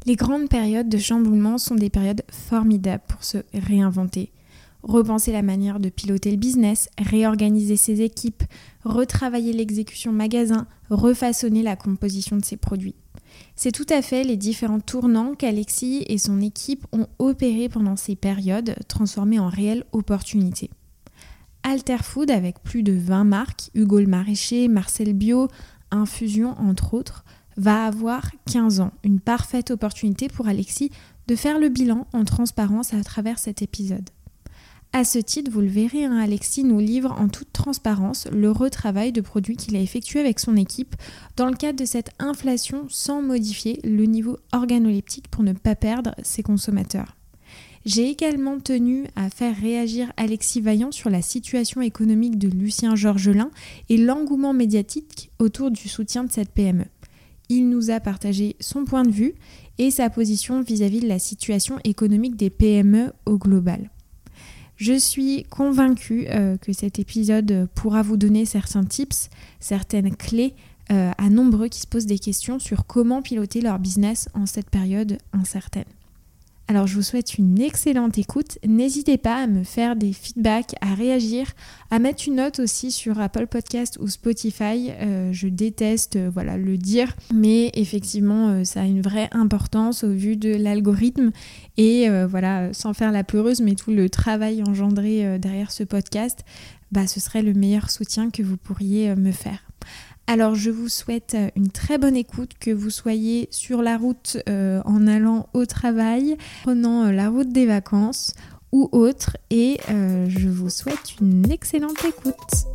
Les grandes périodes de chamboulement sont des périodes formidables pour se réinventer. Repenser la manière de piloter le business, réorganiser ses équipes, retravailler l'exécution magasin, refaçonner la composition de ses produits. C'est tout à fait les différents tournants qu'Alexis et son équipe ont opérés pendant ces périodes, transformées en réelles opportunités. Alterfood, avec plus de 20 marques, Hugo le Maraîcher, Marcel Bio, Infusion entre autres, va avoir 15 ans. Une parfaite opportunité pour Alexis de faire le bilan en transparence à travers cet épisode. À ce titre, vous le verrez, Alexis nous livre en toute transparence le retravail de produits qu'il a effectué avec son équipe dans le cadre de cette inflation sans modifier le niveau organoleptique pour ne pas perdre ses consommateurs. J'ai également tenu à faire réagir Alexis Vaillant sur la situation économique de Lucien Georgelin et l'engouement médiatique autour du soutien de cette PME. Il nous a partagé son point de vue et sa position vis-à-vis de la situation économique des PME au global. Je suis convaincue que cet épisode pourra vous donner certains tips, certaines clés à nombreux qui se posent des questions sur comment piloter leur business en cette période incertaine. Alors je vous souhaite une excellente écoute. N'hésitez pas à me faire des feedbacks, à réagir, à mettre une note aussi sur Apple Podcast ou Spotify. Je déteste le dire, mais effectivement ça a une vraie importance au vu de l'algorithme et sans faire la pleureuse, mais tout le travail engendré derrière ce podcast, ce serait le meilleur soutien que vous pourriez me faire. Alors je vous souhaite une très bonne écoute, que vous soyez sur la route en allant au travail, prenant la route des vacances ou autre, et je vous souhaite une excellente écoute.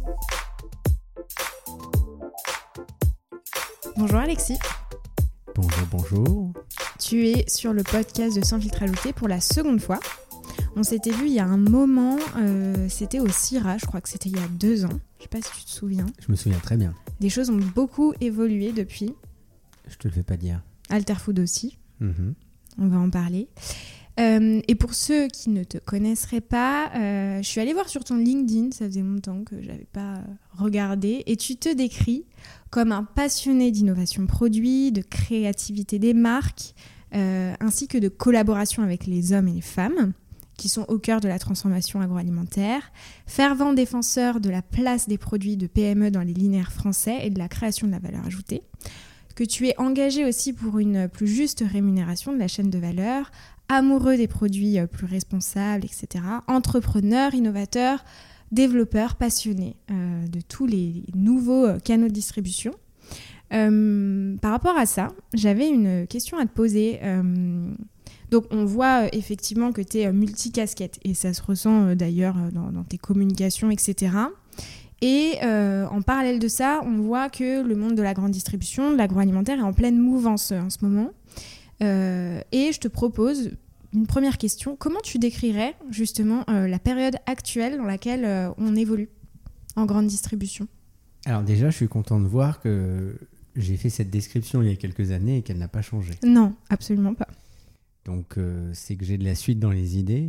Bonjour Alexis. Bonjour. Tu es sur le podcast de Sans filtre ajouté pour la seconde fois. On s'était vu il y a un moment, c'était au CIRA, je crois que c'était il y a 2 ans. Je sais pas si tu te souviens. Je me souviens très bien. Des choses ont beaucoup évolué depuis. Je te le fais pas dire. Alterfood aussi. Mm-hmm. On va en parler. Et pour ceux qui ne te connaisseraient pas, je suis allée voir sur ton LinkedIn, ça faisait longtemps que je n'avais pas regardé, et tu te décris comme un passionné d'innovation produit, de créativité des marques, ainsi que de collaboration avec les hommes et les femmes, qui sont au cœur de la transformation agroalimentaire, fervent défenseur de la place des produits de PME dans les linéaires français et de la création de la valeur ajoutée, que tu es engagé aussi pour une plus juste rémunération de la chaîne de valeur, amoureux des produits plus responsables, etc., entrepreneur, innovateur, développeur, passionné de tous les nouveaux canaux de distribution. Par rapport à ça, j'avais une question à te poser. Donc on voit effectivement que tu es multicasquette et ça se ressent d'ailleurs dans tes communications, etc. Et en parallèle de ça, on voit que le monde de la grande distribution, de l'agroalimentaire est en pleine mouvance en ce moment. Et je te propose une première question. Comment tu décrirais justement la période actuelle dans laquelle on évolue en grande distribution ? Alors déjà, je suis content de voir que j'ai fait cette description il y a quelques années et qu'elle n'a pas changé. Non, absolument pas. Donc c'est que j'ai de la suite dans les idées.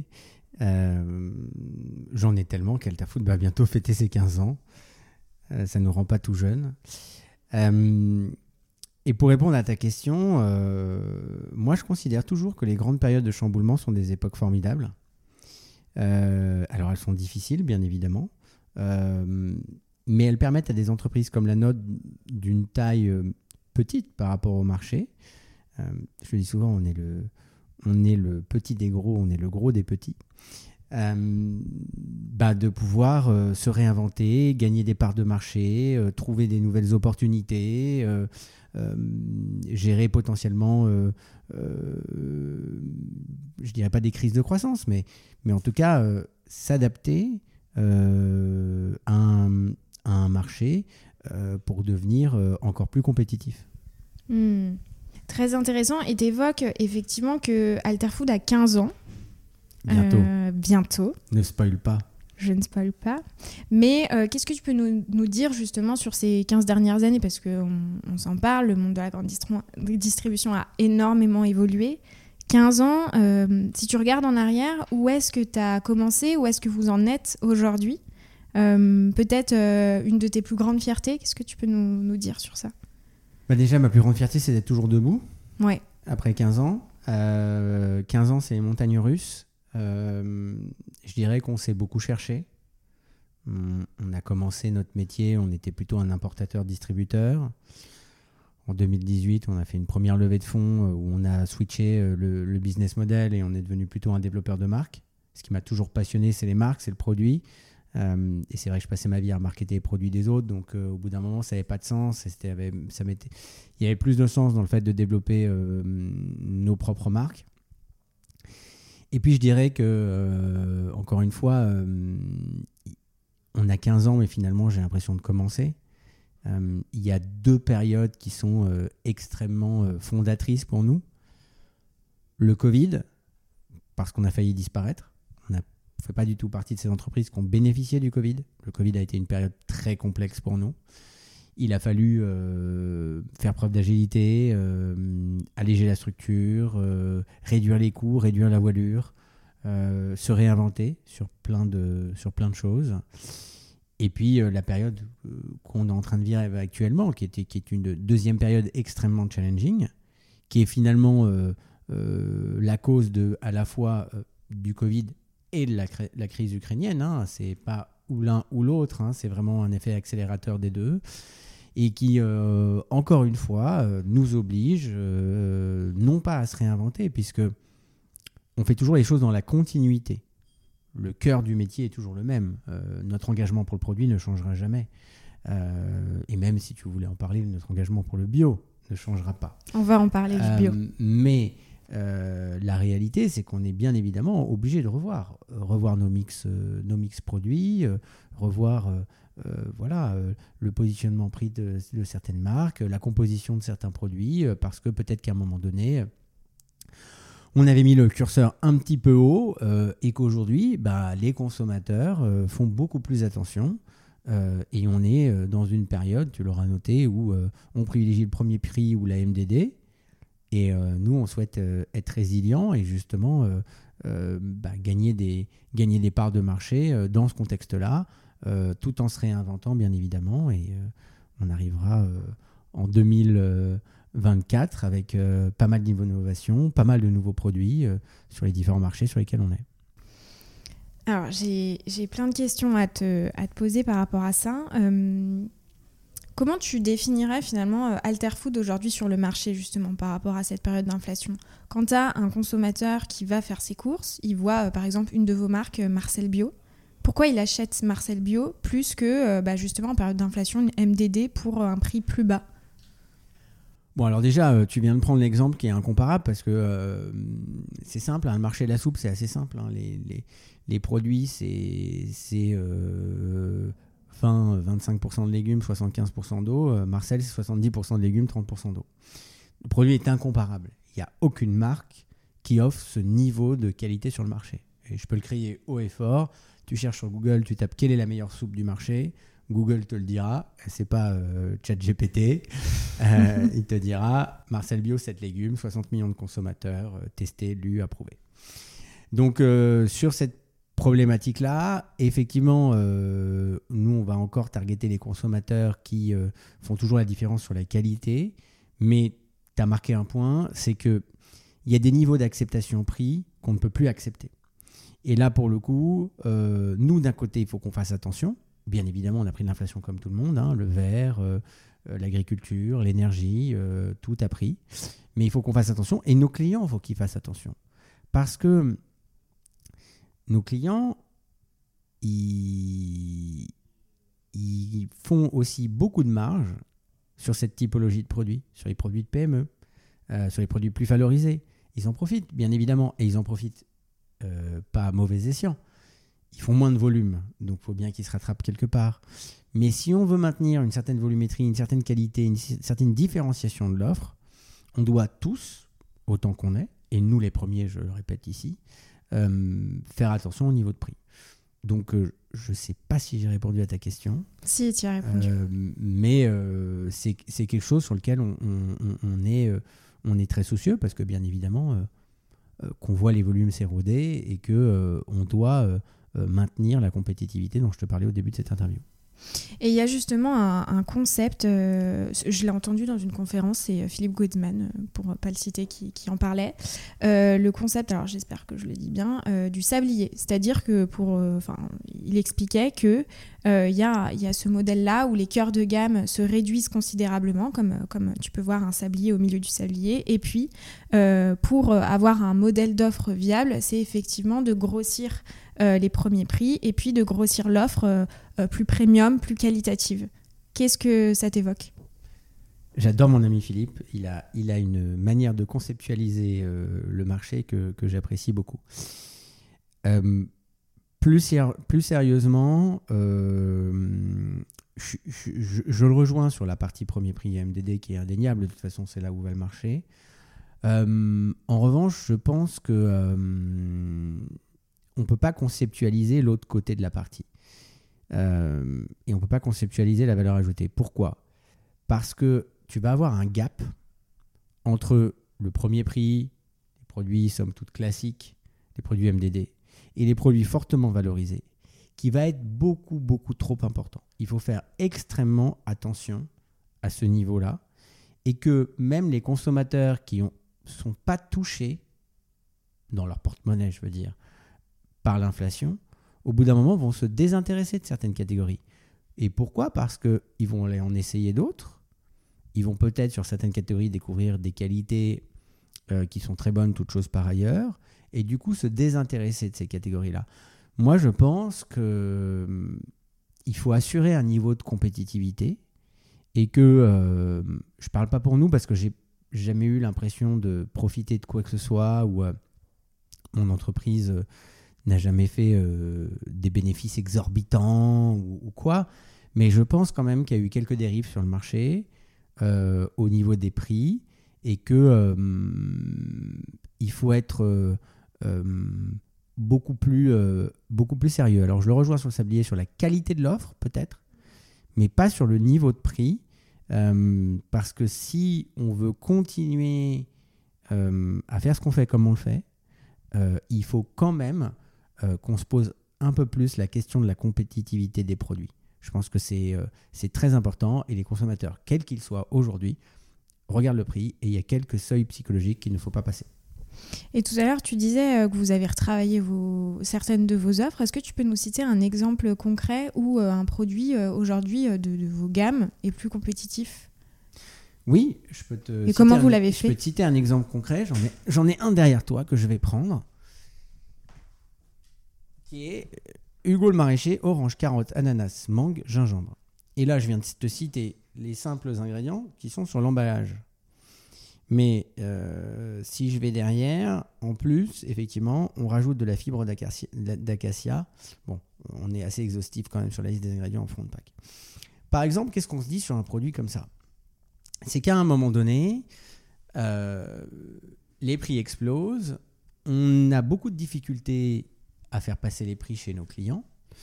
J'en ai tellement qu'Alterfood va bientôt fêter ses 15 ans. Ça ne nous rend pas tout jeunes. Et pour répondre à ta question, moi je considère toujours que les grandes périodes de chamboulement sont des époques formidables. Alors elles sont difficiles, bien évidemment, mais elles permettent à des entreprises comme la nôtre d'une taille petite par rapport au marché. Je le dis souvent, on est le petit des gros, on est le gros des petits. De pouvoir se réinventer, gagner des parts de marché, trouver des nouvelles opportunités, gérer potentiellement, je dirais pas des crises de croissance, mais en tout cas s'adapter à un marché pour devenir encore plus compétitif. Très intéressant, et tu évoques effectivement que Alterfood a 15 ans. Bientôt. Ne spoil pas. Je ne spoil pas. Mais qu'est-ce que tu peux nous dire justement sur ces 15 dernières années ? Parce qu'on s'en parle, le monde de la grande distribution a énormément évolué. 15 ans, si tu regardes en arrière, où est-ce que tu as commencé ? Où est-ce que vous en êtes aujourd'hui ? Peut-être une de tes plus grandes fiertés ? Qu'est-ce que tu peux nous dire sur ça ? Déjà, ma plus grande fierté, c'est d'être toujours debout. Ouais. Après 15 ans. 15 ans, c'est les montagnes russes. Je dirais qu'on s'est beaucoup cherché. On a commencé notre métier, on était plutôt un importateur-distributeur. En 2018, on a fait une première levée de fonds où on a switché le business model et on est devenu plutôt un développeur de marques. Ce qui m'a toujours passionné, c'est les marques, c'est le produit. Et c'est vrai que je passais ma vie à marketer les produits des autres, donc au bout d'un moment, ça n'avait pas de sens. Il y avait plus de sens dans le fait de développer nos propres marques. Et puis je dirais que, encore une fois, on a 15 ans, mais finalement, j'ai l'impression de commencer. Il y a 2 périodes qui sont extrêmement fondatrices pour nous. Le Covid, parce qu'on a failli disparaître. On ne fait pas du tout partie de ces entreprises qui ont bénéficié du Covid. Le Covid a été une période très complexe pour nous. Il a fallu faire preuve d'agilité, alléger la structure, réduire les coûts, réduire la voilure, se réinventer sur plein de choses. Et puis la période qu'on est en train de vivre actuellement, qui est une deuxième période extrêmement challenging, qui est finalement la cause à la fois du Covid et de la crise ukrainienne. C'est pas ou l'un ou l'autre, c'est vraiment un effet accélérateur des deux. Et qui, encore une fois, nous oblige non pas à se réinventer, puisque on fait toujours les choses dans la continuité. Le cœur du métier est toujours le même. Notre engagement pour le produit ne changera jamais. Et même si tu voulais en parler, notre engagement pour le bio ne changera pas. On va en parler du bio. Mais la réalité, c'est qu'on est bien évidemment obligé de revoir nos mix produits, revoir le positionnement prix de certaines marques, la composition de certains produits, parce que peut-être qu'à un moment donné, on avait mis le curseur un petit peu haut et qu'aujourd'hui, les consommateurs font beaucoup plus attention. Et on est dans une période, tu l'auras noté, où on privilégie le premier prix ou la MDD. Et nous, on souhaite être résilients et justement gagner des parts de marché dans ce contexte-là, tout en se réinventant, bien évidemment. Et on arrivera en 2024 avec pas mal d'innovations, pas mal de nouveaux produits sur les différents marchés sur lesquels on est. Alors, j'ai plein de questions à te poser par rapport à ça. Comment tu définirais finalement Alterfood aujourd'hui sur le marché, justement, par rapport à cette période d'inflation ? Quand tu as un consommateur qui va faire ses courses, il voit par exemple une de vos marques, Marcel Bio. Pourquoi il achète Marcel Bio plus que justement en période d'inflation, une MDD pour un prix plus bas ? Bon, alors déjà, tu viens de prendre l'exemple qui est incomparable parce que c'est simple, le marché de la soupe, c'est assez simple. Les produits, c'est 20-25% de légumes, 75% d'eau. Marcel, c'est 70% de légumes, 30% d'eau. Le produit est incomparable. Il n'y a aucune marque qui offre ce niveau de qualité sur le marché. Et je peux le crier haut et fort. Tu cherches sur Google, tu tapes quelle est la meilleure soupe du marché. Google te le dira. C'est pas ChatGPT. Il te dira Marcel Bio, 7 légumes, 60 millions de consommateurs, testés, lus, approuvés. Donc, sur cette problématique-là, effectivement, nous, on va encore targeter les consommateurs qui font toujours la différence sur la qualité. Mais tu as marqué un point, c'est qu'il y a des niveaux d'acceptation prix qu'on ne peut plus accepter. Et là, pour le coup, nous, d'un côté, il faut qu'on fasse attention. Bien évidemment, on a pris de l'inflation comme tout le monde, le verre, l'agriculture, l'énergie, tout a pris. Mais il faut qu'on fasse attention. Et nos clients, il faut qu'ils fassent attention. Parce que nos clients, ils font aussi beaucoup de marge sur cette typologie de produits, sur les produits de PME, sur les produits plus valorisés. Ils en profitent, bien évidemment, et ils en profitent pas à mauvais escient. Ils font moins de volume, donc il faut bien qu'ils se rattrapent quelque part. Mais si on veut maintenir une certaine volumétrie, une certaine qualité, une certaine différenciation de l'offre, on doit tous, autant qu'on est, et nous les premiers, je le répète ici, faire attention au niveau de prix. Donc, je ne sais pas si j'ai répondu à ta question. Si, tu as répondu. Mais c'est quelque chose sur lequel on est très soucieux parce que, bien évidemment, qu'on voit les volumes s'éroder et qu'on doit maintenir la compétitivité dont je te parlais au début de cette interview. Et il y a justement un concept, je l'ai entendu dans une conférence, c'est Philippe Goetzmann, pour ne pas le citer, qui en parlait. Le concept, alors j'espère que je le dis bien, du sablier. C'est-à-dire que il expliquait que il y a ce modèle-là où les cœurs de gamme se réduisent considérablement, comme tu peux voir un sablier au milieu du sablier. Et puis, pour avoir un modèle d'offre viable, c'est effectivement de grossir les premiers prix et puis de grossir l'offre plus premium, plus qualitative. Qu'est-ce que ça t'évoque ? J'adore mon ami Philippe. Il a une manière de conceptualiser le marché que j'apprécie beaucoup. Plus sérieusement, je le rejoins sur la partie premier prix MDD qui est indéniable. De toute façon, c'est là où va le marché. En revanche, je pense que on ne peut pas conceptualiser l'autre côté de la partie. Et on ne peut pas conceptualiser la valeur ajoutée. Pourquoi ? Parce que tu vas avoir un gap entre le premier prix, les produits somme toute classiques, les produits MDD, et les produits fortement valorisés, qui va être beaucoup, beaucoup trop important. Il faut faire extrêmement attention à ce niveau-là, et que même les consommateurs qui ne sont pas touchés dans leur porte-monnaie, je veux dire, par l'inflation, au bout d'un moment, vont se désintéresser de certaines catégories. Et pourquoi ? Parce qu'ils vont aller en essayer d'autres. Ils vont peut-être, sur certaines catégories, découvrir des qualités qui sont très bonnes, toutes choses par ailleurs, et du coup se désintéresser de ces catégories-là. Moi, je pense qu'il faut assurer un niveau de compétitivité et que, je ne parle pas pour nous parce que j'ai jamais eu l'impression de profiter de quoi que ce soit ou mon entreprise n'a jamais fait des bénéfices exorbitants ou quoi, mais je pense quand même qu'il y a eu quelques dérives sur le marché au niveau des prix et que il faut être beaucoup plus sérieux. Alors je le rejoins sur le sablier, sur la qualité de l'offre peut-être, mais pas sur le niveau de prix, parce que si on veut continuer à faire ce qu'on fait comme on le fait, il faut quand même qu'on se pose un peu plus la question de la compétitivité des produits. Je pense que c'est très important et les consommateurs, quels qu'ils soient aujourd'hui, regardent le prix et il y a quelques seuils psychologiques qu'il ne faut pas passer. Et tout à l'heure, tu disais que vous avez retravaillé certaines de vos offres. Est-ce que tu peux nous citer un exemple concret où un produit aujourd'hui de vos gammes est plus compétitif ? Oui, je peux te. Et comment vous l'avez fait ? Je peux te citer un exemple concret. J'en ai un derrière toi que je vais prendre, qui est Hugo le maraîcher, orange, carotte, ananas, mangue, gingembre. Et là, je viens de te citer les simples ingrédients qui sont sur l'emballage. Mais si je vais derrière, en plus, effectivement, on rajoute de la fibre d'acacia. Bon, on est assez exhaustif quand même sur la liste des ingrédients en fond de pack. Par exemple, qu'est-ce qu'on se dit sur un produit comme ça ? C'est qu'à un moment donné, les prix explosent. On a beaucoup de difficultés à faire passer les prix chez nos clients.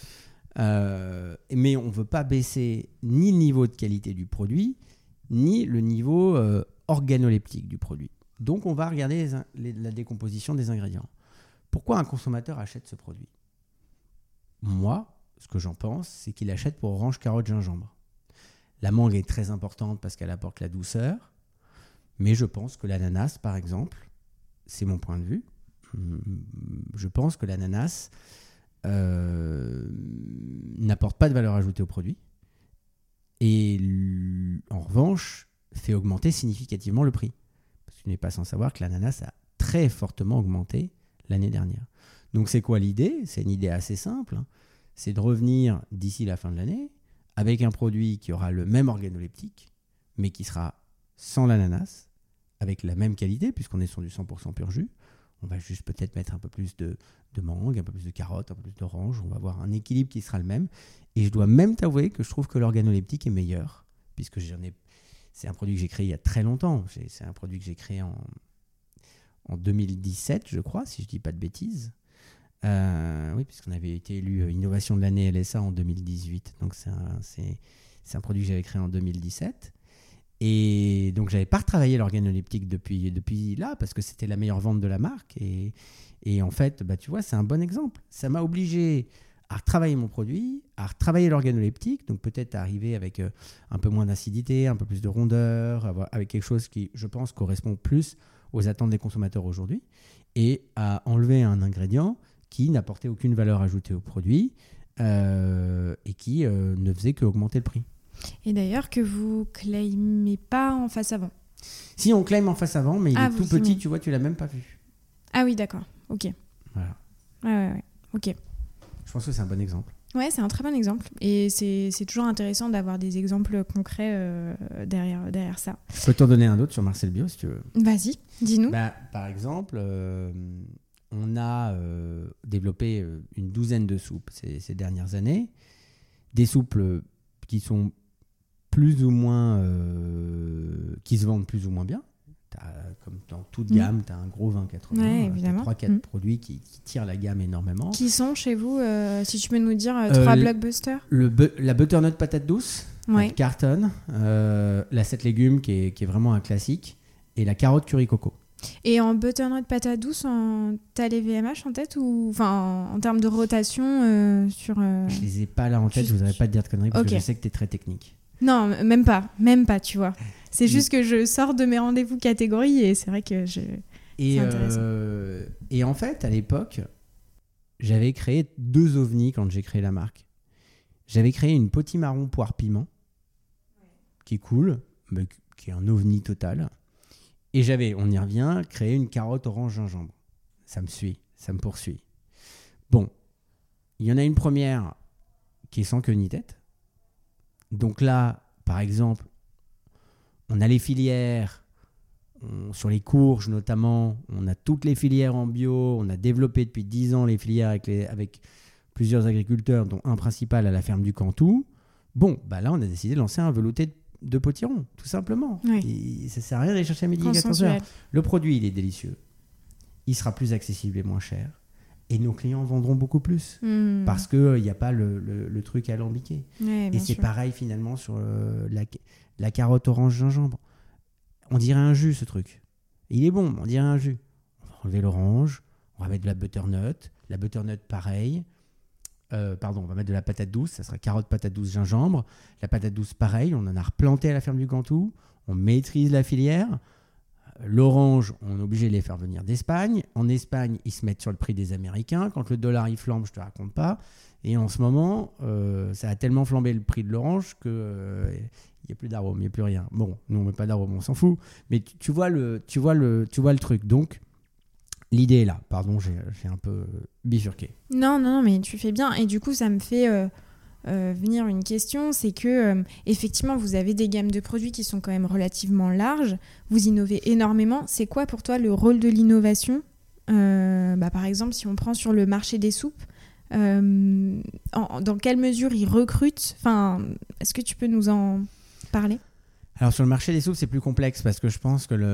Mais on ne veut pas baisser ni le niveau de qualité du produit, ni le niveau organoleptique du produit. Donc, on va regarder la décomposition des ingrédients. Pourquoi un consommateur achète ce produit ? Moi, ce que j'en pense, c'est qu'il achète pour orange, carotte, gingembre. La mangue est très importante parce qu'elle apporte la douceur, mais je pense que l'ananas, par exemple, c'est mon point de vue, je pense que l'ananas n'apporte pas de valeur ajoutée au produit et en revanche fait augmenter significativement le prix. Parce que tu n'es pas sans savoir que l'ananas a très fortement augmenté l'année dernière. Donc c'est quoi l'idée ? C'est une idée assez simple, hein. C'est de revenir d'ici la fin de l'année avec un produit qui aura le même organoleptique, mais qui sera sans l'ananas, avec la même qualité, puisqu'on est sur du 100% pur jus. On va juste peut-être mettre un peu plus de mangue, un peu plus de carotte, un peu plus d'orange. On va avoir un équilibre qui sera le même. Et je dois même t'avouer que je trouve que l'organoleptique est meilleur, puisque c'est un produit que j'ai créé il y a très longtemps. C'est un produit que j'ai créé en 2017, je crois, si je ne dis pas de bêtises. Oui, puisqu'on avait été élu Innovation de l'année LSA en 2018. Donc c'est un produit que j'avais créé en 2017. Et donc j'avais pas retravaillé l'organoleptique depuis là, parce que c'était la meilleure vente de la marque. Et en fait, bah, tu vois, c'est un bon exemple. Ça m'a obligé à retravailler mon produit, à retravailler l'organoleptique, donc peut-être à arriver avec un peu moins d'acidité, un peu plus de rondeur, avec quelque chose qui, je pense, correspond plus aux attentes des consommateurs aujourd'hui, et à enlever un ingrédient qui n'apportait aucune valeur ajoutée au produit et qui ne faisait qu'augmenter le prix. Et d'ailleurs, que vous claimez pas en face avant. Si, on claim en face avant, mais il est tout petit, tu vois, tu l'as même pas vu. Ah oui, d'accord, ok. Voilà. Ouais, ok. Je pense que c'est un bon exemple. Ouais, c'est un très bon exemple. Et c'est toujours intéressant d'avoir des exemples concrets derrière ça. Je peux t'en donner un autre sur Marcel Bio, si tu veux. Vas-y, dis-nous. Par exemple, on a développé une douzaine de soupes ces dernières années. Des soupes qui sont plus ou moins... qui se vendent plus ou moins bien. Comme dans toute gamme, tu as un gros 20-80. Ouais, évidemment. 3-4 produits qui tirent la gamme énormément. Qui sont chez vous, si tu peux nous dire, 3 blockbusters? La butternut patate douce, ouais. elle cartonne. La 7 légumes qui est vraiment un classique. Et la carotte curry coco. Et en butternut patate douce, t'as les VMH en tête ou en termes de rotation sur... Je les ai pas là en tête, je voudrais pas te dire de conneries parce que je sais que tu es très technique. Non, même pas, tu vois. C'est juste que je sors de mes rendez-vous catégories et c'est vrai que c'est intéressant. Et en fait, à l'époque, j'avais créé 2 ovnis quand j'ai créé la marque. J'avais créé une potimarron poire piment, qui est cool, mais qui est un ovni total. Et j'avais, on y revient, créé une carotte orange gingembre. Ça me poursuit. Bon, il y en a une première qui est sans queue ni tête. Donc là, par exemple, on a les filières, sur les courges notamment, on a toutes les filières en bio, on a développé depuis 10 ans les filières avec plusieurs agriculteurs, dont un principal à la ferme du Cantou. Bon, là, on a décidé de lancer un velouté de potiron, tout simplement. Oui. Ça ne sert à rien d'aller chercher à midi et 14h. Le produit, il est délicieux. Il sera plus accessible et moins cher. Et nos clients vendront beaucoup plus. Parce qu'il n'y a pas le truc alambiqué. Et c'est pareil finalement sur la carotte orange gingembre. On dirait un jus, ce truc. Il est bon, on dirait un jus. On va enlever l'orange, on va mettre de la butternut. La butternut, pareil. On va mettre de la patate douce. Ça sera carotte, patate douce, gingembre. La patate douce, pareil. On en a replanté à la ferme du Cantou. On maîtrise la filière. L'orange, on est obligé de les faire venir d'Espagne. En Espagne, ils se mettent sur le prix des Américains. Quand le dollar il flambe, je te raconte pas. Et en ce moment, ça a tellement flambé le prix de l'orange que il n'y a plus d'arôme, il n'y a plus rien. Bon, nous on met pas d'arôme, on s'en fout. Mais tu vois le truc. Donc l'idée est là. Pardon, j'ai un peu bifurqué. Non, mais tu fais bien. Et du coup, ça me fait venir une question, c'est que effectivement, vous avez des gammes de produits qui sont quand même relativement larges. Vous innovez énormément. C'est quoi pour toi le rôle de l'innovation ? Par exemple, si on prend sur le marché des soupes, dans quelle mesure ils recrutent ? Est-ce que tu peux nous en parler ? Alors sur le marché des soupes, c'est plus complexe parce que je pense que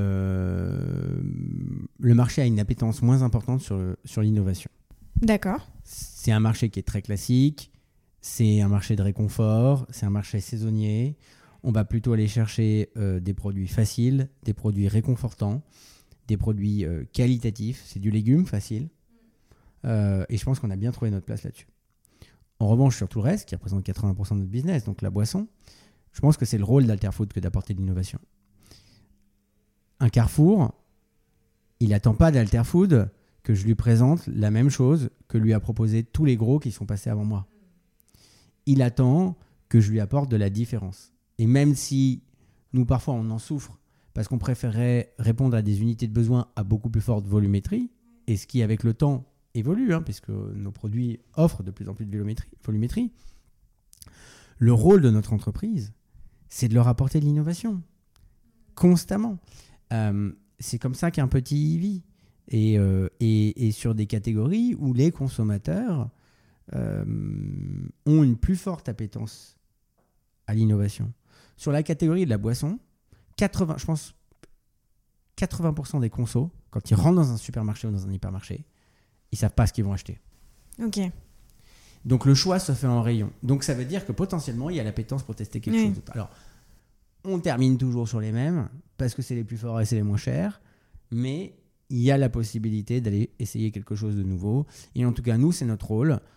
le marché a une appétence moins importante sur l'innovation. D'accord. C'est un marché qui est très classique, c'est un marché de réconfort, c'est un marché saisonnier. On va plutôt aller chercher des produits faciles, des produits réconfortants, des produits qualitatifs. C'est du légume facile. Et je pense qu'on a bien trouvé notre place là-dessus. En revanche, sur tout le reste, qui représente 80% de notre business, donc la boisson, je pense que c'est le rôle d'Alterfood que d'apporter de l'innovation. Un Carrefour, il n'attend pas d'Alterfood que je lui présente la même chose que lui a proposé tous les gros qui sont passés avant moi. Il attend que je lui apporte de la différence. Et même si nous, parfois, on en souffre parce qu'on préférerait répondre à des unités de besoin à beaucoup plus forte volumétrie, et ce qui, avec le temps, évolue, puisque nos produits offrent de plus en plus de volumétrie, le rôle de notre entreprise, c'est de leur apporter de l'innovation, constamment. C'est comme ça qu'un petit vit. Et sur des catégories où les consommateurs ont une plus forte appétence à l'innovation. Sur la catégorie de la boisson, 80% des consos, quand ils rentrent dans un supermarché ou dans un hypermarché, ils ne savent pas ce qu'ils vont acheter. Ok. Donc le choix se fait en rayon. Donc ça veut dire que potentiellement, il y a l'appétence pour tester quelque chose. Alors, on termine toujours sur les mêmes, parce que c'est les plus forts et c'est les moins chers, mais il y a la possibilité d'aller essayer quelque chose de nouveau. Et en tout cas, nous, c'est notre rôle.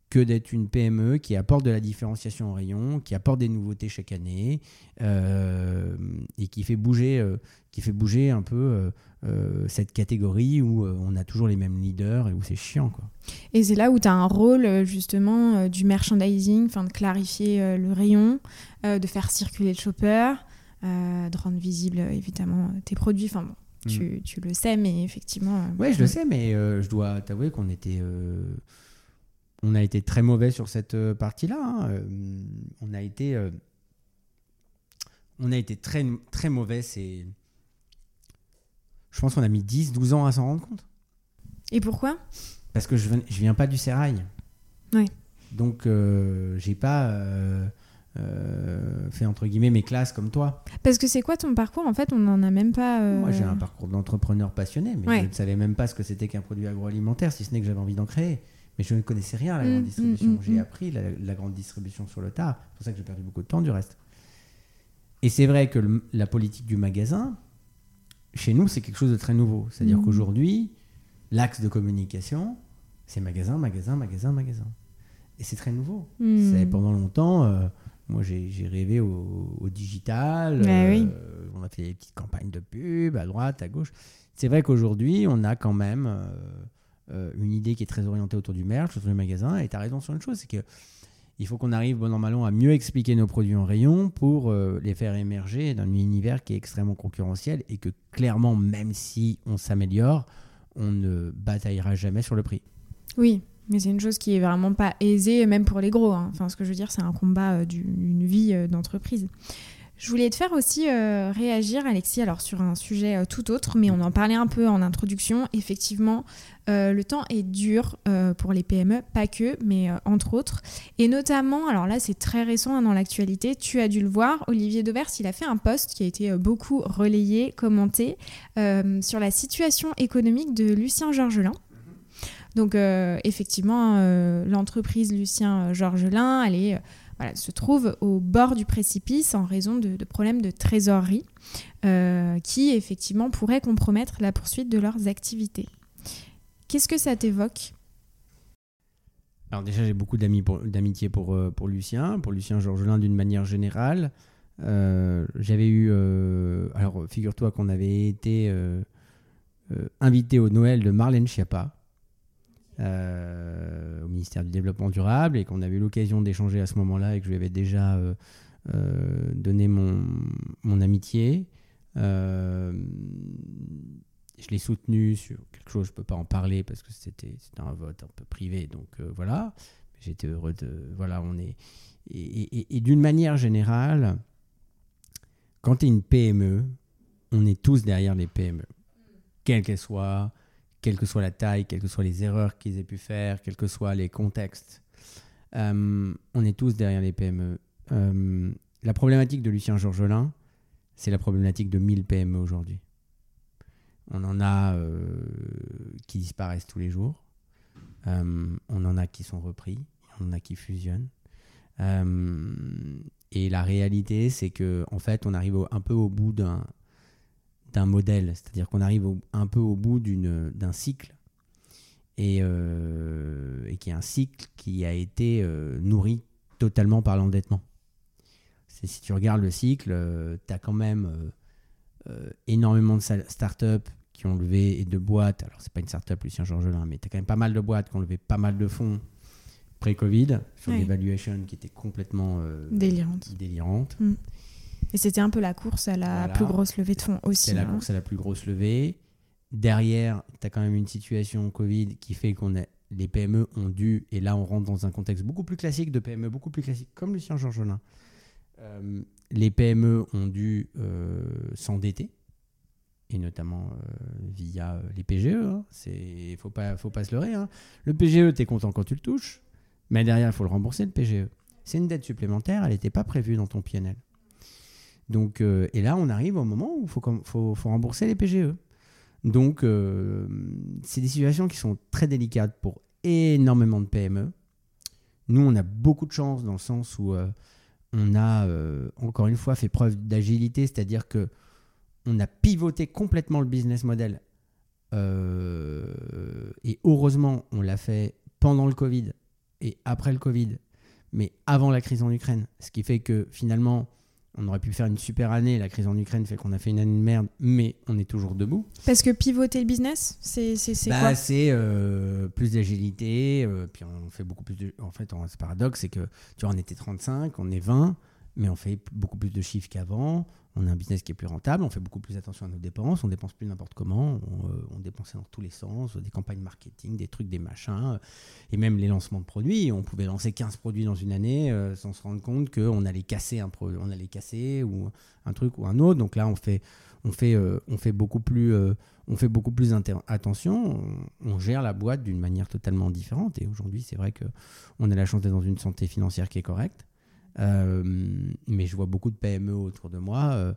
que d'être une PME qui apporte de la différenciation au rayon, qui apporte des nouveautés chaque année et qui fait bouger un peu cette catégorie où on a toujours les mêmes leaders et où c'est chiant, quoi. Et c'est là où tu as un rôle justement du merchandising, de clarifier le rayon, de faire circuler le shopper, de rendre visible évidemment tes produits. Tu le sais, mais effectivement... Oui, je le sais, mais je dois t'avouer qu'on était... on a été très mauvais sur cette partie-là. Hein. On a été très, très mauvais. Je pense qu'on a mis 10-12 ans à s'en rendre compte. Et pourquoi ? Parce que je viens pas du sérail. Oui. Donc, j'ai pas fait, entre guillemets, mes classes comme toi. Parce que c'est quoi ton parcours ? En fait, on n'en a même pas... Moi, j'ai un parcours d'entrepreneur passionné, mais je ne savais même pas ce que c'était qu'un produit agroalimentaire, si ce n'est que j'avais envie d'en créer. Mais je ne connaissais rien à la grande distribution. J'ai appris la grande distribution sur le tard. C'est pour ça que j'ai perdu beaucoup de temps, du reste. Et c'est vrai que la politique du magasin, chez nous, c'est quelque chose de très nouveau. C'est-à-dire qu'aujourd'hui, l'axe de communication, c'est magasin, magasin, magasin, magasin. Et c'est très nouveau. Pendant longtemps, moi, j'ai rêvé au digital. On a fait des petites campagnes de pub à droite, à gauche. C'est vrai qu'aujourd'hui, on a quand même... une idée qui est très orientée autour du merch, autour du magasin, et tu as raison sur une chose, c'est qu'il faut qu'on arrive, bon an mal an, à mieux expliquer nos produits en rayon pour les faire émerger d'un univers qui est extrêmement concurrentiel et que clairement, même si on s'améliore, on ne bataillera jamais sur le prix. Oui, mais c'est une chose qui est vraiment pas aisée, même pour les gros. Hein. Ce que je veux dire, c'est un combat d'une vie d'entreprise. Je voulais te faire aussi réagir, Alexis, alors sur un sujet tout autre, mais on en parlait un peu en introduction. Effectivement, le temps est dur pour les PME, pas que, mais entre autres. Et notamment, alors là, c'est très récent dans l'actualité, tu as dû le voir, Olivier Dauvers, il a fait un post qui a été beaucoup relayé, commenté, sur la situation économique de Lucien Georgelin. Donc, effectivement, l'entreprise Lucien Georgelin, elle est... se trouvent au bord du précipice en raison de problèmes de trésorerie qui, effectivement, pourraient compromettre la poursuite de leurs activités. Qu'est-ce que ça t'évoque ? Alors déjà, j'ai beaucoup d'amitié pour Lucien Georgelin d'une manière générale. J'avais eu... alors, figure-toi qu'on avait été invité au Noël de Marlène Schiappa, au ministère du Développement Durable, et qu'on avait eu l'occasion d'échanger à ce moment-là et que je lui avais déjà donné mon amitié. Je l'ai soutenu sur quelque chose, je ne peux pas en parler parce que c'était un vote un peu privé, donc voilà. J'étais heureux de... Voilà, on est... Et d'une manière générale, quand tu es une PME, on est tous derrière les PME, quelle que soit la taille, quelles que soient les erreurs qu'ils aient pu faire, quels que soient les contextes. On est tous derrière les PME. La problématique de Lucien Georgelin, c'est la problématique de 1000 PME aujourd'hui. On en a qui disparaissent tous les jours. On en a qui sont repris. On en a qui fusionnent. Et la réalité, c'est qu'en fait, on arrive un peu au bout d'un modèle, c'est-à-dire qu'on arrive un peu au bout d'un cycle et qui est un cycle qui a été nourri totalement par l'endettement. Si tu regardes le cycle, tu as quand même énormément de startups qui ont levé, et de boîtes, alors c'est pas une startup Lucien Georgelin, mais tu as quand même pas mal de boîtes qui ont levé pas mal de fonds pré-Covid sur des valuations qui étaient complètement délirantes. Et c'était un peu la course à la plus grosse levée de fonds aussi. C'est la course à la plus grosse levée. Derrière, tu as quand même une situation Covid qui fait les PME ont dû, et là on rentre dans un contexte beaucoup plus classique de PME, beaucoup plus classique, comme Lucien Georgelin. Les PME ont dû s'endetter, et notamment via les PGE. Il faut pas se leurrer. Hein. Le PGE, tu es content quand tu le touches, mais derrière, il faut le rembourser, le PGE. C'est une dette supplémentaire, elle n'était pas prévue dans ton PNL. Donc, et là, on arrive au moment où il faut rembourser les PGE. Donc, c'est des situations qui sont très délicates pour énormément de PME. Nous, on a beaucoup de chance dans le sens où on a, encore une fois, fait preuve d'agilité, c'est-à-dire qu'on a pivoté complètement le business model. Et heureusement, on l'a fait pendant le Covid et après le Covid, mais avant la crise en Ukraine. Ce qui fait que finalement, on aurait pu faire une super année. La crise en Ukraine fait qu'on a fait une année de merde, mais on est toujours debout. Parce que pivoter le business, c'est quoi ? C'est plus d'agilité. Puis on fait beaucoup plus de... En fait, ce paradoxe, c'est que tu vois, on était 35, on est 20, mais on fait beaucoup plus de chiffres qu'avant. On a un business qui est plus rentable, on fait beaucoup plus attention à nos dépenses, on dépense plus n'importe comment, on dépensait dans tous les sens, des campagnes marketing, des trucs, des machins, et même les lancements de produits. On pouvait lancer 15 produits dans une année sans se rendre compte qu'on allait casser ou un truc ou un autre. Donc là, on fait beaucoup plus attention, on gère la boîte d'une manière totalement différente. Et aujourd'hui, c'est vrai qu'on a la chance d'être dans une santé financière qui est correcte. Mais je vois beaucoup de PME autour de moi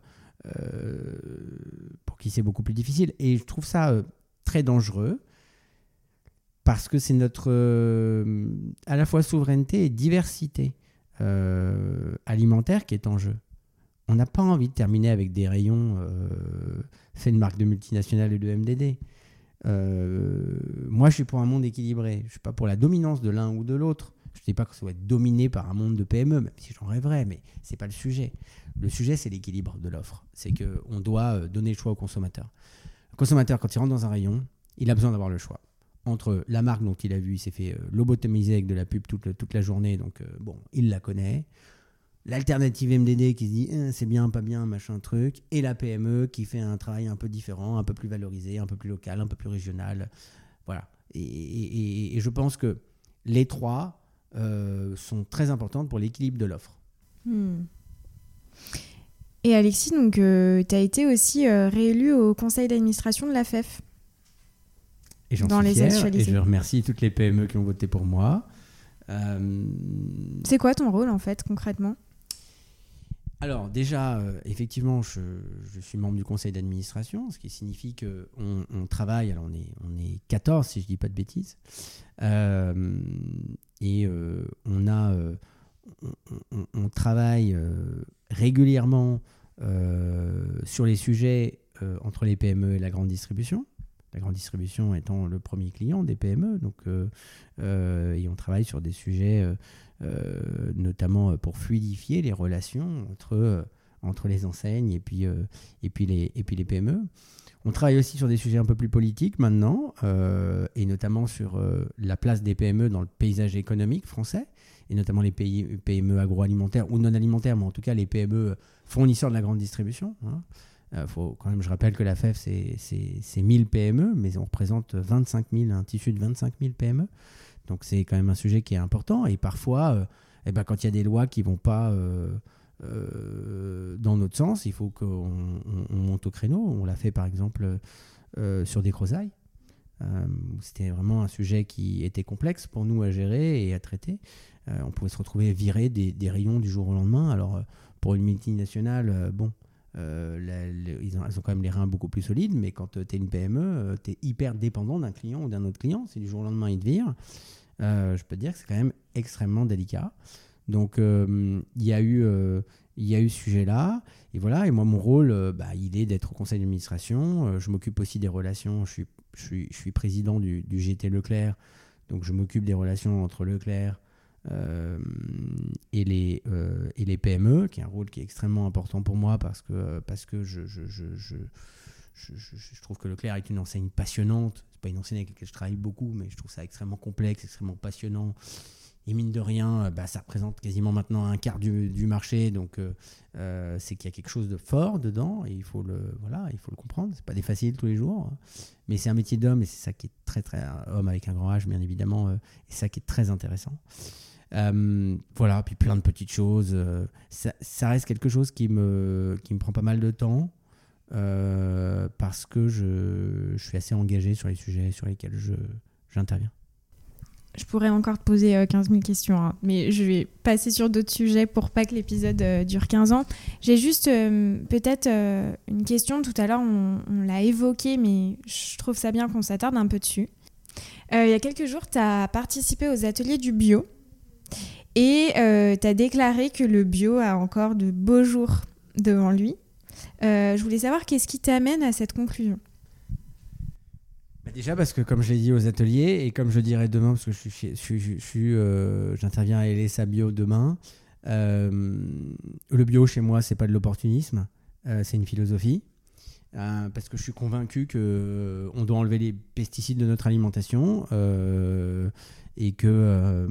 pour qui c'est beaucoup plus difficile. Et je trouve ça très dangereux parce que c'est notre à la fois souveraineté et diversité alimentaire qui est en jeu. On n'a pas envie de terminer avec des rayons faits de marques de multinationales et de MDD. Moi, je suis pour un monde équilibré. Je ne suis pas pour la dominance de l'un ou de l'autre. Je ne dis pas que ça doit être dominé par un monde de PME, même si j'en rêverais, mais ce n'est pas le sujet. Le sujet, c'est l'équilibre de l'offre. C'est qu'on doit donner le choix au consommateur. Le consommateur, quand il rentre dans un rayon, il a besoin d'avoir le choix. Entre la marque dont il a vu, il s'est fait lobotomiser avec de la pub toute la journée, donc il la connaît. L'alternative MDD qui se dit c'est bien, pas bien, machin truc. Et la PME qui fait un travail un peu différent, un peu plus valorisé, un peu plus local, un peu plus régional. Voilà. Et je pense que les trois sont très importantes pour l'équilibre de l'offre. Et Alexis, donc tu as été aussi réélu au conseil d'administration de la FEF. Et j'en suis fier, et je remercie toutes les PME qui ont voté pour moi. C'est quoi ton rôle en fait concrètement ? Alors déjà, effectivement, je suis membre du conseil d'administration, ce qui signifie qu'on travaille, alors on est 14 si je ne dis pas de bêtises, et on travaille régulièrement sur les sujets entre les PME et la grande distribution. La grande distribution étant le premier client des PME, donc, et on travaille sur des sujets notamment pour fluidifier les relations entre les enseignes et puis les PME. On travaille aussi sur des sujets un peu plus politiques maintenant, et notamment sur la place des PME dans le paysage économique français, et notamment les PME agroalimentaires ou non alimentaires, mais en tout cas les PME fournisseurs de la grande distribution. Faut quand même, je rappelle que la FEF, c'est 1000 PME, mais on représente un tissu de 25 000 PME. Donc c'est quand même un sujet qui est important. Et parfois, quand il y a des lois qui ne vont pas dans notre sens, il faut qu'on monte au créneau. On l'a fait par exemple sur des grosailles. C'était vraiment un sujet qui était complexe pour nous à gérer et à traiter. On pouvait se retrouver viré des rayons du jour au lendemain. Alors pour une multinationale, elles ont quand même les reins beaucoup plus solides, mais quand tu es une PME, tu es hyper dépendant d'un client ou d'un autre client. Si du jour au lendemain ils te virent, je peux te dire que c'est quand même extrêmement délicat. Donc il y a eu ce sujet-là, et voilà. Et moi, mon rôle, il est d'être au conseil d'administration. Je m'occupe aussi des relations. Je suis président du GT Leclerc, donc je m'occupe des relations entre Leclerc et les PME, qui est un rôle qui est extrêmement important pour moi parce que je trouve que Leclerc est une enseigne passionnante. C'est pas une enseigne avec laquelle je travaille beaucoup, mais je trouve ça extrêmement complexe, extrêmement passionnant. Et mine de rien, ça représente quasiment maintenant un quart du marché, donc c'est qu'il y a quelque chose de fort dedans, et il faut le comprendre. C'est pas des faciles tous les jours, mais c'est un métier d'homme, et c'est ça qui est très très homme avec un grand H, bien évidemment, et c'est ça qui est très intéressant. Voilà, puis plein de petites choses. Ça reste quelque chose qui me prend pas mal de temps, parce que je suis assez engagé sur les sujets sur lesquels j'interviens. Je pourrais encore te poser 15 000 questions, hein, mais je vais passer sur d'autres sujets pour pas que l'épisode dure 15 ans. J'ai juste peut-être une question. Tout à l'heure, on l'a évoqué, mais je trouve ça bien qu'on s'attarde un peu dessus. Il y a quelques jours, tu as participé aux ateliers du bio et tu as déclaré que le bio a encore de beaux jours devant lui. Je voulais savoir qu'est-ce qui t'amène à cette conclusion. Déjà parce que comme je l'ai dit aux ateliers et comme je dirai demain parce que j'interviens à LSA Bio demain, le bio chez moi c'est pas de l'opportunisme, c'est une philosophie. Parce que je suis convaincu qu'on doit enlever les pesticides de notre alimentation et que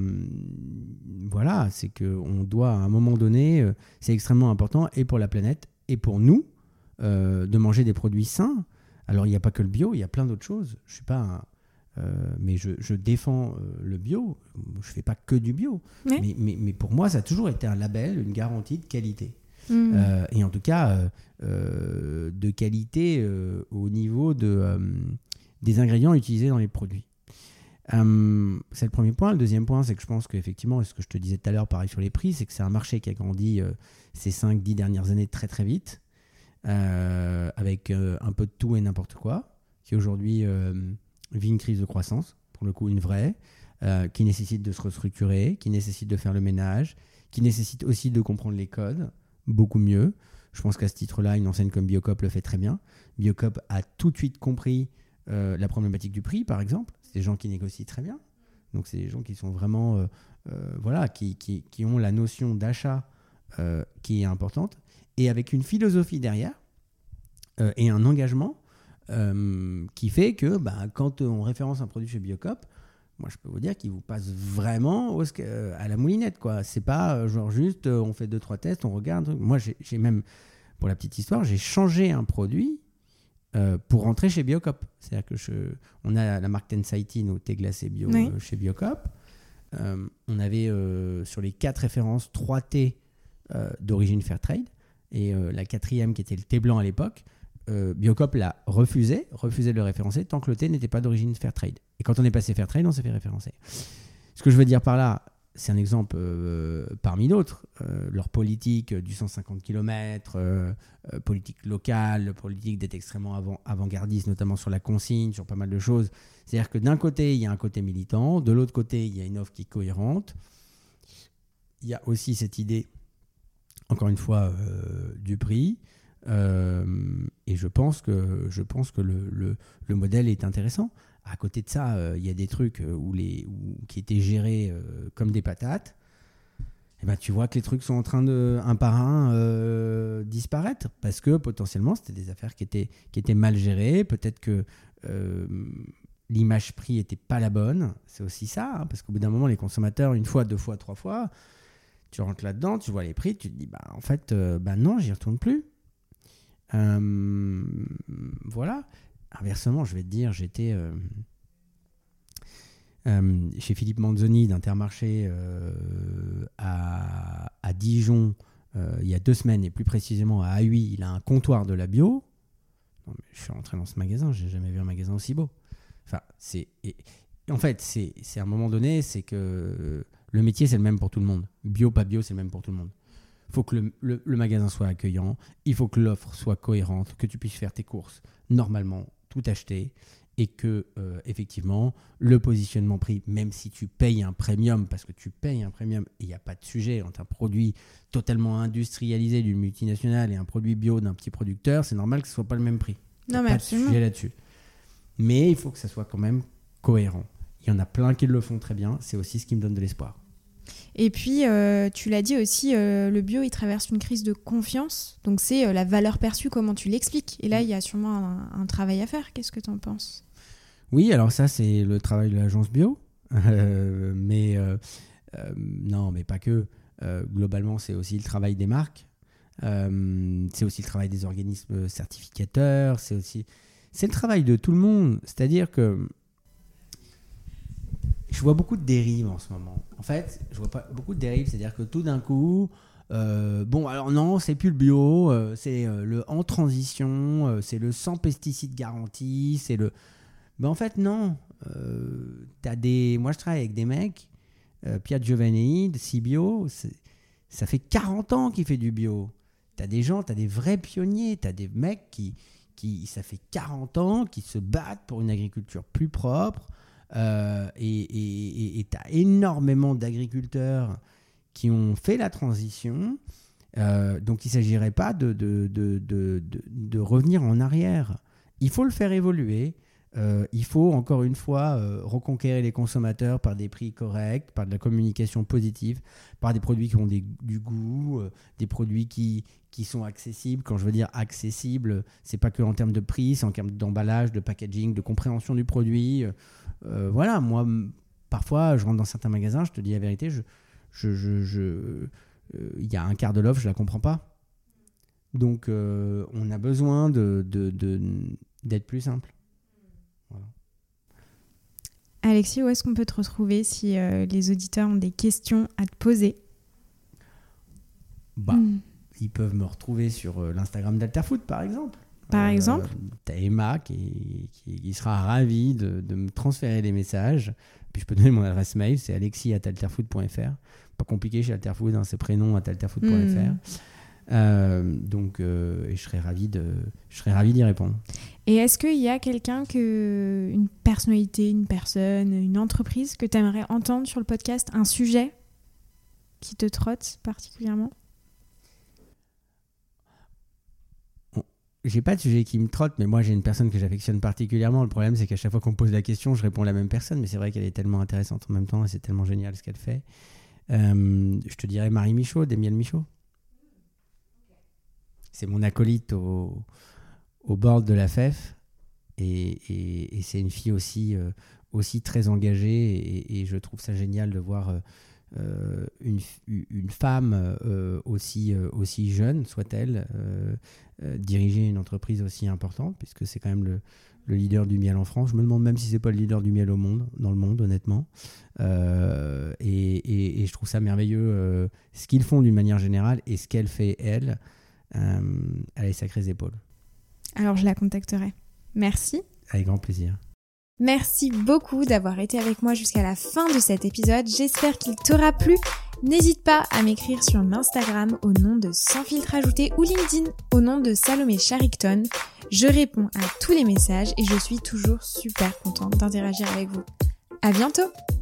voilà, c'est qu'on doit à un moment donné, c'est extrêmement important et pour la planète et pour nous de manger des produits sains. Alors il n'y a pas que le bio, il y a plein d'autres choses. Je suis pas mais je défends le bio, je fais pas que du bio, oui. mais pour moi ça a toujours été un label, une garantie de qualité. Et en tout cas de qualité au niveau des ingrédients utilisés dans les produits. C'est le premier point. Le deuxième point, c'est que je pense qu'effectivement, ce que je te disais tout à l'heure, pareil sur les prix, c'est que c'est un marché qui a grandi ces 5-10 dernières années très très vite, avec un peu de tout et n'importe quoi, qui aujourd'hui vit une crise de croissance, pour le coup une vraie, qui nécessite de se restructurer, qui nécessite de faire le ménage, qui nécessite aussi de comprendre les codes beaucoup mieux. Je pense qu'à ce titre-là, une enseigne comme Biocop le fait très bien. Biocop a tout de suite compris la problématique du prix, par exemple. C'est des gens qui négocient très bien. Donc, c'est des gens qui sont vraiment... voilà, qui ont la notion d'achat qui est importante. Et avec une philosophie derrière et un engagement qui fait que quand on référence un produit chez Biocop, moi, je peux vous dire qu'il vous passe vraiment à la moulinette, quoi. C'est pas genre juste, on fait 2-3 tests, on regarde. Moi, j'ai même, pour la petite histoire, j'ai changé un produit pour rentrer chez Biocop. C'est-à-dire que on a la marque Tensaiti, nos thés glacés bio chez Biocop. On avait sur les 4 références 3 thés d'origine Fairtrade. Et la 4e, qui était le thé blanc à l'époque, Biocop l'a refusé de le référencer tant que le thé n'était pas d'origine Fairtrade. Et quand on est passé Fairtrade, on s'est fait référencer. Ce que je veux dire par là, c'est un exemple parmi d'autres. Leur politique du 150 km, politique locale, politique d'être extrêmement avant-gardiste, notamment sur la consigne, sur pas mal de choses. C'est-à-dire que d'un côté, il y a un côté militant, de l'autre côté, il y a une offre qui est cohérente. Il y a aussi cette idée, encore une fois, du prix. Et je pense que le modèle est intéressant. À côté de ça, il y a des trucs qui étaient gérés comme des patates. Et tu vois que les trucs sont en train de, un par un, disparaître parce que potentiellement c'était des affaires qui étaient mal gérées. Peut-être que l'image prix n'était pas la bonne. C'est aussi ça, hein, parce qu'au bout d'un moment, les consommateurs, 1 fois, 2 fois, 3 fois, tu rentres là-dedans, tu vois les prix, tu te dis en fait, non, j'y retourne plus. Voilà. Inversement, je vais te dire, j'étais chez Philippe Manzoni d'Intermarché à Dijon il y a 2 semaines, et plus précisément à A8, il a un comptoir de la bio. Non, mais je suis rentré dans ce magasin, j'ai jamais vu un magasin aussi beau. Enfin, en fait, c'est à un moment donné, c'est que le métier, c'est le même pour tout le monde. Bio, pas bio, c'est le même pour tout le monde. Il faut que le magasin soit accueillant, il faut que l'offre soit cohérente, que tu puisses faire tes courses normalement, tout acheter, et que effectivement le positionnement prix, même si tu payes un premium, parce que tu payes un premium et il n'y a pas de sujet entre un produit totalement industrialisé d'une multinationale et un produit bio d'un petit producteur, c'est normal que ce ne soit pas le même prix. Non, mais pas absolument. de sujet là-dessus. Mais il faut que ça soit quand même cohérent. Il y en a plein qui le font très bien, c'est aussi ce qui me donne de l'espoir. Et puis, tu l'as dit aussi, le bio, il traverse une crise de confiance. Donc, c'est la valeur perçue, comment tu l'expliques. Et là, il y a sûrement un travail à faire. Qu'est-ce que tu en penses ? Oui, alors ça, c'est le travail de l'agence bio. Mais non, mais pas que. Globalement, c'est aussi le travail des marques. C'est aussi le travail des organismes certificateurs. C'est le travail de tout le monde. C'est-à-dire que je vois beaucoup de dérives en ce moment. En fait, je vois pas beaucoup de dérives, c'est-à-dire que tout d'un coup, alors non, c'est plus le bio, c'est le en transition, c'est le sans pesticides garantis, c'est le... en fait, non. Moi, je travaille avec des mecs, Piat Giovanni, de Cibio, ça fait 40 ans qu'il fait du bio. T'as des gens, t'as des vrais pionniers, t'as des mecs qui, ça fait 40 ans, qui se battent pour une agriculture plus propre. Et tu as énormément d'agriculteurs qui ont fait la transition, donc il ne s'agirait pas de revenir en arrière. Il faut le faire évoluer. Il faut, encore une fois, reconquérir les consommateurs par des prix corrects, par de la communication positive, par des produits qui ont du goût, des produits qui sont accessibles. Quand je veux dire accessible, c'est pas que en termes de prix, c'est en termes d'emballage, de packaging, de compréhension du produit. Voilà, moi, parfois, je rentre dans certains magasins, je te dis la vérité, y a un quart de l'offre, je la comprends pas. Donc, on a besoin d'être plus simple. Voilà. Alexis, où est-ce qu'on peut te retrouver si les auditeurs ont des questions à te poser? Ils peuvent me retrouver sur l'Instagram d'Alterfood, par exemple. T'as Emma qui sera ravie de me transférer les messages. Puis je peux donner mon adresse mail, c'est alexis@alterfood.fr. Pas compliqué chez Alterfood, hein, c'est prénom@alterfood.fr. Donc, je serais ravi d'y répondre. Et est-ce qu'il y a quelqu'un, une personnalité, une personne, une entreprise que tu aimerais entendre sur le podcast, un sujet qui te trotte particulièrement? J'ai pas de sujet qui me trotte, mais moi j'ai une personne que j'affectionne particulièrement. Le problème, c'est qu'à chaque fois qu'on me pose la question, je réponds à la même personne, mais c'est vrai qu'elle est tellement intéressante en même temps et c'est tellement génial ce qu'elle fait. Je te dirais Marie Michaud, des Miel Michaud. C'est mon acolyte au board de la FEF et c'est une fille aussi très engagée et je trouve ça génial de voir une femme aussi jeune, soit-elle, diriger une entreprise aussi importante, puisque c'est quand même le leader du miel en France. Je me demande même si c'est pas le leader du miel dans le monde, honnêtement. Et je trouve ça merveilleux, ce qu'ils font d'une manière générale et ce qu'elle fait, elle a les sacrées épaules. Alors je la contacterai. Merci. Avec grand plaisir. Merci beaucoup d'avoir été avec moi jusqu'à la fin de cet épisode. J'espère qu'il t'aura plu. N'hésite pas à m'écrire sur l'Instagram au nom de Sans Filtre Ajouté ou LinkedIn au nom de Salomé Charicton. Je réponds à tous les messages et je suis toujours super contente d'interagir avec vous. À bientôt!